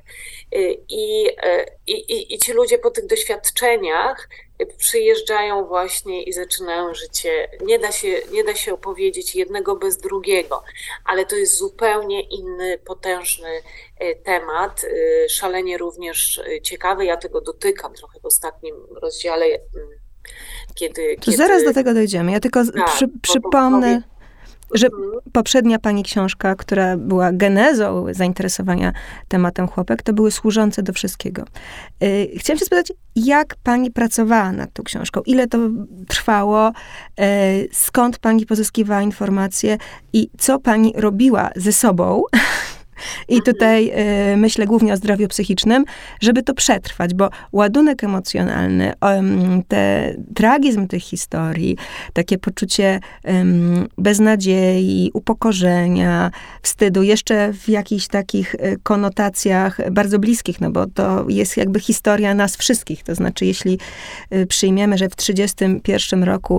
I ci ludzie po tych doświadczeniach przyjeżdżają właśnie i zaczynają życie. Nie da się opowiedzieć jednego bez drugiego, ale to jest zupełnie inny, potężny temat, szalenie również ciekawy. Ja tego dotykam trochę w ostatnim rozdziale, kiedy zaraz do tego dojdziemy. Ja tylko przypomnę, że poprzednia pani książka, która była genezą zainteresowania tematem chłopek, to były Służące do wszystkiego. Chciałam się spytać, jak pani pracowała nad tą książką? Ile to trwało? Skąd pani pozyskiwała informacje? I co pani robiła ze sobą? I tutaj myślę głównie o zdrowiu psychicznym, żeby to przetrwać, bo ładunek emocjonalny, tragizm tych historii, takie poczucie beznadziei, upokorzenia, wstydu, jeszcze w jakichś takich konotacjach bardzo bliskich, no bo to jest jakby historia nas wszystkich. To znaczy, jeśli przyjmiemy, że w 1931 roku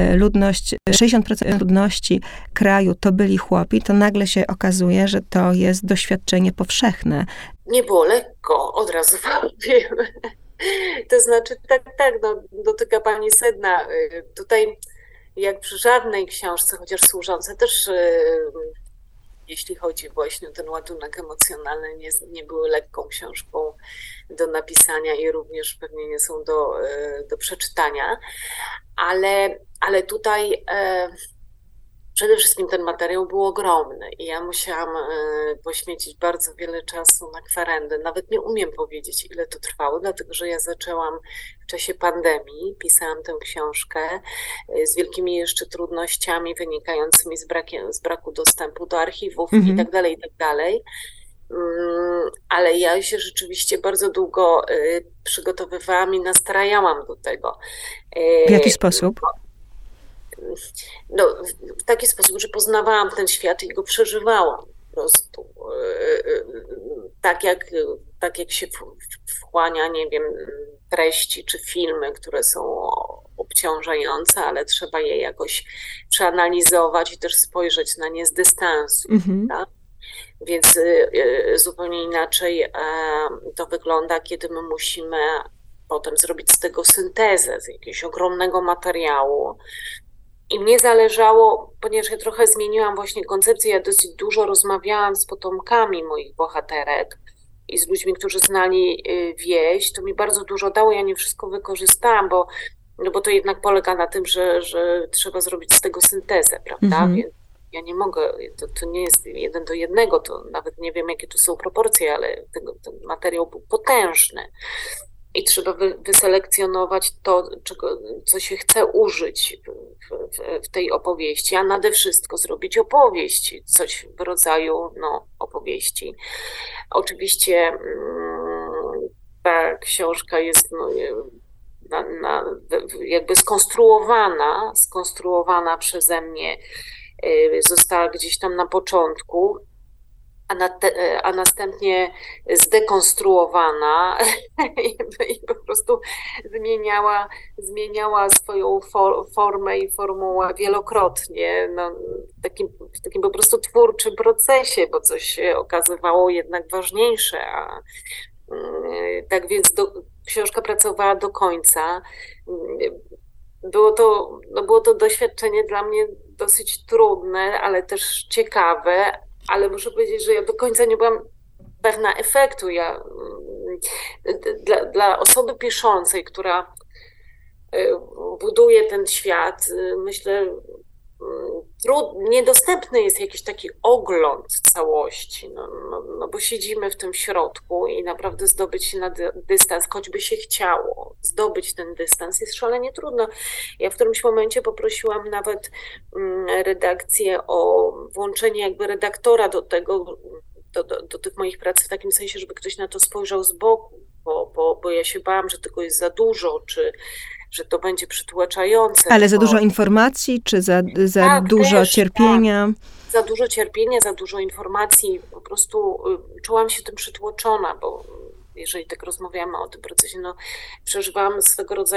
60% ludności kraju to byli chłopi, to nagle się okazuje, że to jest doświadczenie powszechne. Nie było lekko, od razu powiem. To znaczy, tak, no, dotyka pani sedna. Tutaj, jak przy żadnej książce, chociaż Służące też, jeśli chodzi właśnie o ten ładunek emocjonalny, nie były lekką książką do napisania i również pewnie nie są do przeczytania. Ale tutaj przede wszystkim ten materiał był ogromny i ja musiałam poświęcić bardzo wiele czasu na kwerendę. Nawet nie umiem powiedzieć, ile to trwało, dlatego że ja zaczęłam w czasie pandemii, pisałam tę książkę z wielkimi jeszcze trudnościami wynikającymi z braku dostępu do archiwów i tak dalej. Ale ja się rzeczywiście bardzo długo przygotowywałam i nastrajałam do tego. W jaki sposób? No, w taki sposób, że poznawałam ten świat i go przeżywałam po prostu. Tak jak się wchłania, nie wiem, treści czy filmy, które są obciążające, ale trzeba je jakoś przeanalizować i też spojrzeć na nie z dystansu. Tak? Więc zupełnie inaczej to wygląda, kiedy my musimy potem zrobić z tego syntezę, z jakiegoś ogromnego materiału. I mnie zależało, ponieważ ja trochę zmieniłam właśnie koncepcję, ja dosyć dużo rozmawiałam z potomkami moich bohaterek i z ludźmi, którzy znali wieś, to mi bardzo dużo dało, ja nie wszystko wykorzystałam, bo to jednak polega na tym, że trzeba zrobić z tego syntezę, prawda? Więc ja nie mogę, to nie jest 1:1, to nawet nie wiem, jakie tu są proporcje, ale ten materiał był potężny. I trzeba wyselekcjonować to, co się chce użyć w tej opowieści, a nade wszystko zrobić opowieść, coś w rodzaju opowieści. Oczywiście ta książka jest jakby skonstruowana przeze mnie, została gdzieś tam na początku, a następnie zdekonstruowana i po prostu zmieniała swoją formę i formułę wielokrotnie, w takim po prostu twórczym procesie, bo coś się okazywało jednak ważniejsze. Tak więc książka pracowała do końca. Było to doświadczenie dla mnie dosyć trudne, ale też ciekawe. Ale muszę powiedzieć, że ja do końca nie byłam pewna efektu. Dla osoby piszącej, która buduje ten świat, myślę, niedostępny jest jakiś taki ogląd całości, bo siedzimy w tym środku i naprawdę zdobyć się na dystans, choćby się chciało, zdobyć ten dystans jest szalenie trudno. Ja w którymś momencie poprosiłam nawet redakcję o włączenie jakby redaktora do tych moich prac, w takim sensie, żeby ktoś na to spojrzał z boku, bo ja się bałam, że tego jest za dużo, czy że to będzie przytłaczające. Ale za dużo informacji, czy za dużo cierpienia? Tak. Za dużo cierpienia, za dużo informacji. Po prostu czułam się tym przytłoczona, bo jeżeli tak rozmawiamy o tym procesie, przeżywałam swego rodzaju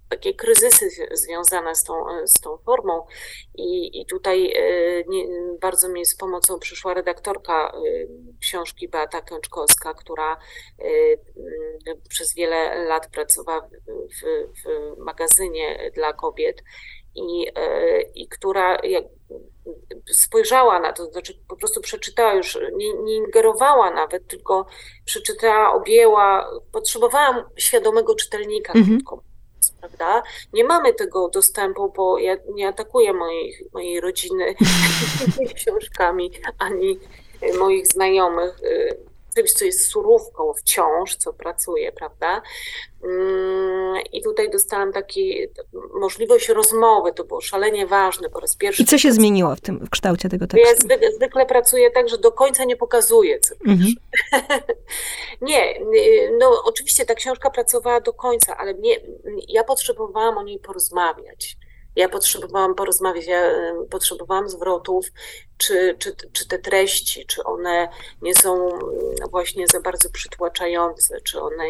takie kryzysy związane z tą formą i tutaj bardzo mi z pomocą przyszła redaktorka książki Beata Kęczkowska, która przez wiele lat pracowała w magazynie dla kobiet i która spojrzała na to, znaczy po prostu przeczytała już, nie ingerowała nawet, tylko przeczytała, objęła, potrzebowałam świadomego czytelnika, krótko mówiąc, prawda? Nie mamy tego dostępu, bo ja nie atakuję mojej rodziny książkami, ani moich znajomych, czymś, co jest surówką wciąż, co pracuje, prawda? I tutaj dostałam możliwość rozmowy, to było szalenie ważne po raz pierwszy. I co się zmieniło w kształcie tego tekstu? Ja zwykle pracuję tak, że do końca nie pokazuję, co piszę. Nie, no oczywiście ta książka pracowała do końca, ale ja potrzebowałam o niej porozmawiać. Ja potrzebowałam zwrotów, czy te treści, czy one nie są właśnie za bardzo przytłaczające, czy one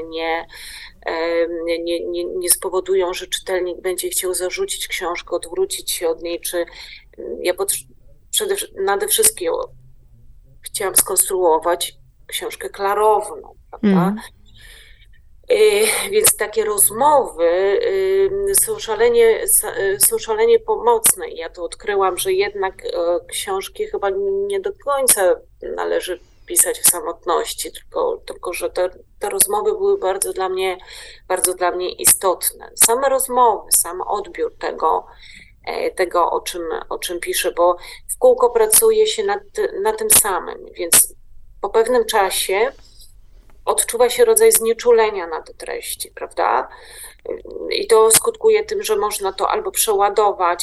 nie spowodują, że czytelnik będzie chciał zarzucić książkę, odwrócić się od niej, czy ja nade wszystkim chciałam skonstruować książkę klarowną, prawda? Więc takie rozmowy są szalenie pomocne. I ja to odkryłam, że jednak książki chyba nie do końca należy pisać w samotności, tylko że te rozmowy były bardzo dla mnie istotne. Same rozmowy, sam odbiór tego o czym piszę, bo w kółko pracuje się na tym samym, więc po pewnym czasie odczuwa się rodzaj znieczulenia na te treści, prawda? I to skutkuje tym, że można to albo przeładować,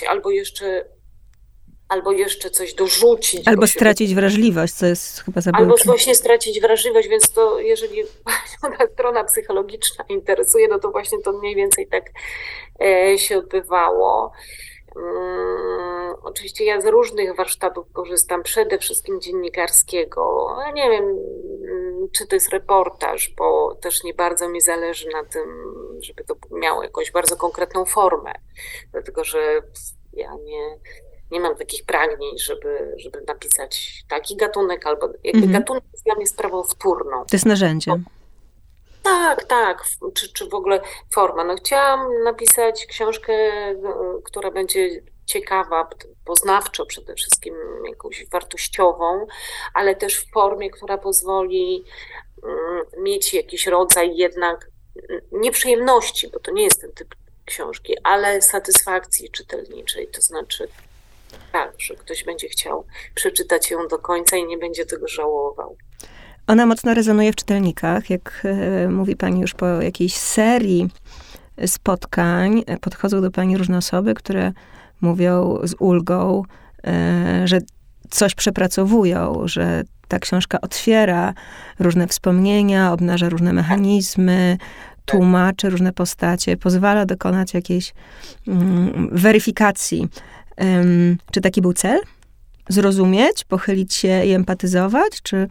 albo jeszcze coś dorzucić. Albo stracić wrażliwość, co jest chyba zabójcze. Albo właśnie stracić wrażliwość, więc to jeżeli ta strona psychologiczna interesuje, no to właśnie to mniej więcej tak się odbywało. Oczywiście ja z różnych warsztatów korzystam, przede wszystkim dziennikarskiego. Ja nie wiem, czy to jest reportaż, bo też nie bardzo mi zależy na tym, żeby to miało jakąś bardzo konkretną formę, dlatego że ja nie mam takich pragnień, żeby napisać taki gatunek, albo jakby gatunek jest dla mnie sprawą wtórną. To jest narzędzie. Tak. Czy w ogóle forma. No chciałam napisać książkę, która będzie ciekawa, poznawczo przede wszystkim, jakąś wartościową, ale też w formie, która pozwoli mieć jakiś rodzaj jednak nieprzyjemności, bo to nie jest ten typ książki, ale satysfakcji czytelniczej, to znaczy tak, że ktoś będzie chciał przeczytać ją do końca i nie będzie tego żałował. Ona mocno rezonuje w czytelnikach, jak mówi pani już po jakiejś serii spotkań, podchodzą do pani różne osoby, które mówią z ulgą, że coś przepracowują, że ta książka otwiera różne wspomnienia, obnaża różne mechanizmy, tłumaczy różne postacie, pozwala dokonać jakiejś weryfikacji. Czy taki był cel? Zrozumieć, pochylić się i empatyzować, czy...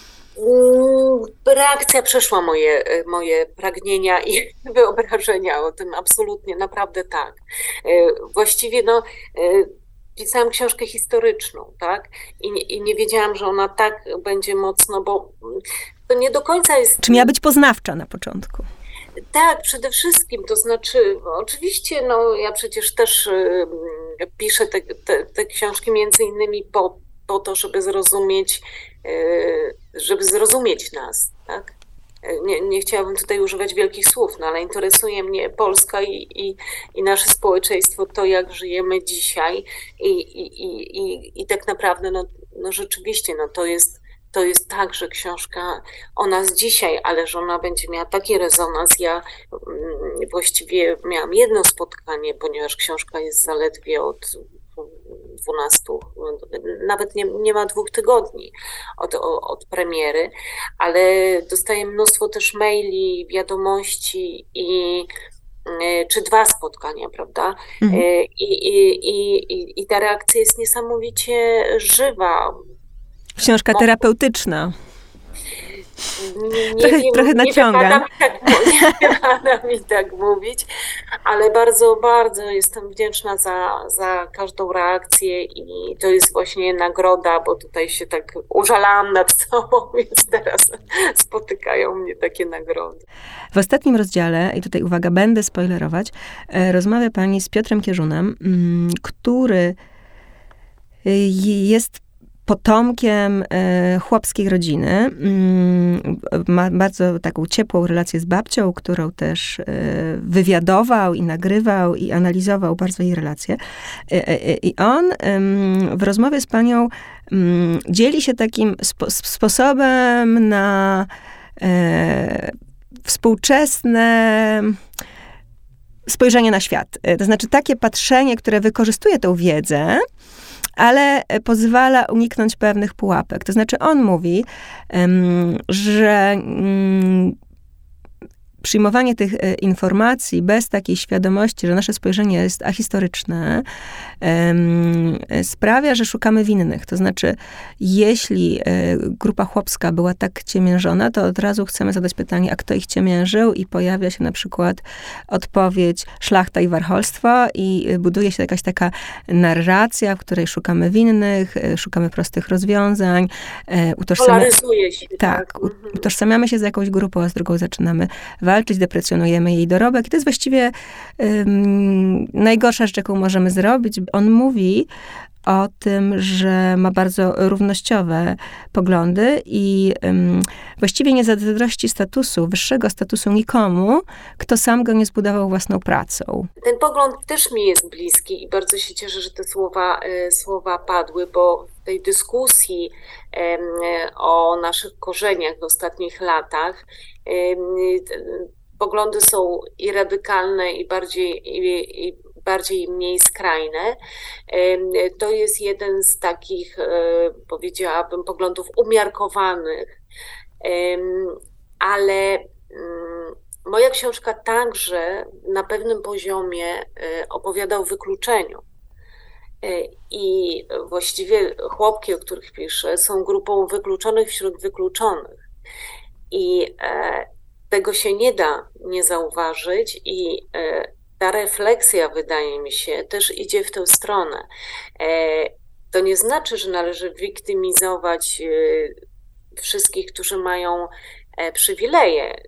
Reakcja przeszła moje pragnienia i wyobrażenia o tym, absolutnie, naprawdę tak. Właściwie pisałam książkę historyczną, tak? I nie wiedziałam, że ona tak będzie mocno, bo to nie do końca jest... Czy miała być poznawcza na początku? Tak, przede wszystkim, to znaczy, oczywiście, ja przecież też piszę te książki między innymi po to, żeby zrozumieć nas, tak? Nie chciałabym tutaj używać wielkich słów, ale interesuje mnie Polska i nasze społeczeństwo, to jak żyjemy dzisiaj i tak naprawdę, rzeczywiście, to jest tak, że książka o nas dzisiaj, ale że ona będzie miała taki rezonans. Ja właściwie miałam jedno spotkanie, ponieważ książka jest zaledwie od 12, nawet nie ma 2 tygodni od premiery, ale dostaję mnóstwo też maili, wiadomości czy 2 spotkania, prawda? I ta reakcja jest niesamowicie żywa. Książka terapeutyczna. Nie wiem, Trochę naciągam. Nie wypada mi tak mówić, ale bardzo, bardzo jestem wdzięczna za każdą reakcję i to jest właśnie nagroda, bo tutaj się tak użalałam nad sobą, więc teraz spotykają mnie takie nagrody. W ostatnim rozdziale, i tutaj uwaga, będę spoilerować, rozmawia pani z Piotrem Kierzunem, który jest potomkiem chłopskiej rodziny. Ma bardzo taką ciepłą relację z babcią, którą też wywiadował i nagrywał i analizował bardzo jej relacje. I on w rozmowie z panią dzieli się takim sposobem na współczesne spojrzenie na świat. To znaczy takie patrzenie, które wykorzystuje tę wiedzę, ale pozwala uniknąć pewnych pułapek. To znaczy on mówi, że przyjmowanie tych informacji bez takiej świadomości, że nasze spojrzenie jest ahistoryczne, sprawia, że szukamy winnych. To znaczy, jeśli grupa chłopska była tak ciemiężona, to od razu chcemy zadać pytanie, a kto ich ciemiężył? I pojawia się na przykład odpowiedź szlachta i warcholstwo i buduje się jakaś taka narracja, w której szukamy winnych, szukamy prostych rozwiązań. Polaryzuje się. Tak, utożsamiamy się z jakąś grupą, a z drugą zaczynamy walczyć, deprecjonujemy jej dorobek. I to jest właściwie najgorsza rzecz, jaką możemy zrobić. On mówi o tym, że ma bardzo równościowe poglądy i właściwie nie zazdrości statusu, wyższego statusu nikomu, kto sam go nie zbudował własną pracą. Ten pogląd też mi jest bliski i bardzo się cieszę, że te słowa padły, bo w tej dyskusji o naszych korzeniach w ostatnich latach poglądy są i radykalne, i bardziej i mniej skrajne. To jest jeden z takich, powiedziałabym, poglądów umiarkowanych, ale moja książka także na pewnym poziomie opowiada o wykluczeniu. I właściwie chłopki, o których piszę, są grupą wykluczonych wśród wykluczonych. I tego się nie da nie zauważyć i ta refleksja, wydaje mi się, też idzie w tę stronę. To nie znaczy, że należy wiktymizować wszystkich, którzy mają przywileje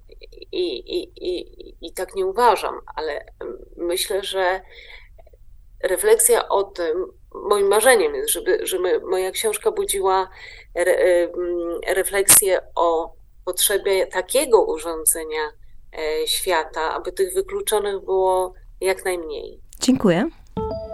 i tak nie uważam, ale myślę, że refleksja o tym, moim marzeniem jest, żeby moja książka budziła refleksję o potrzebie takiego urządzenia świata, aby tych wykluczonych było jak najmniej. Dziękuję.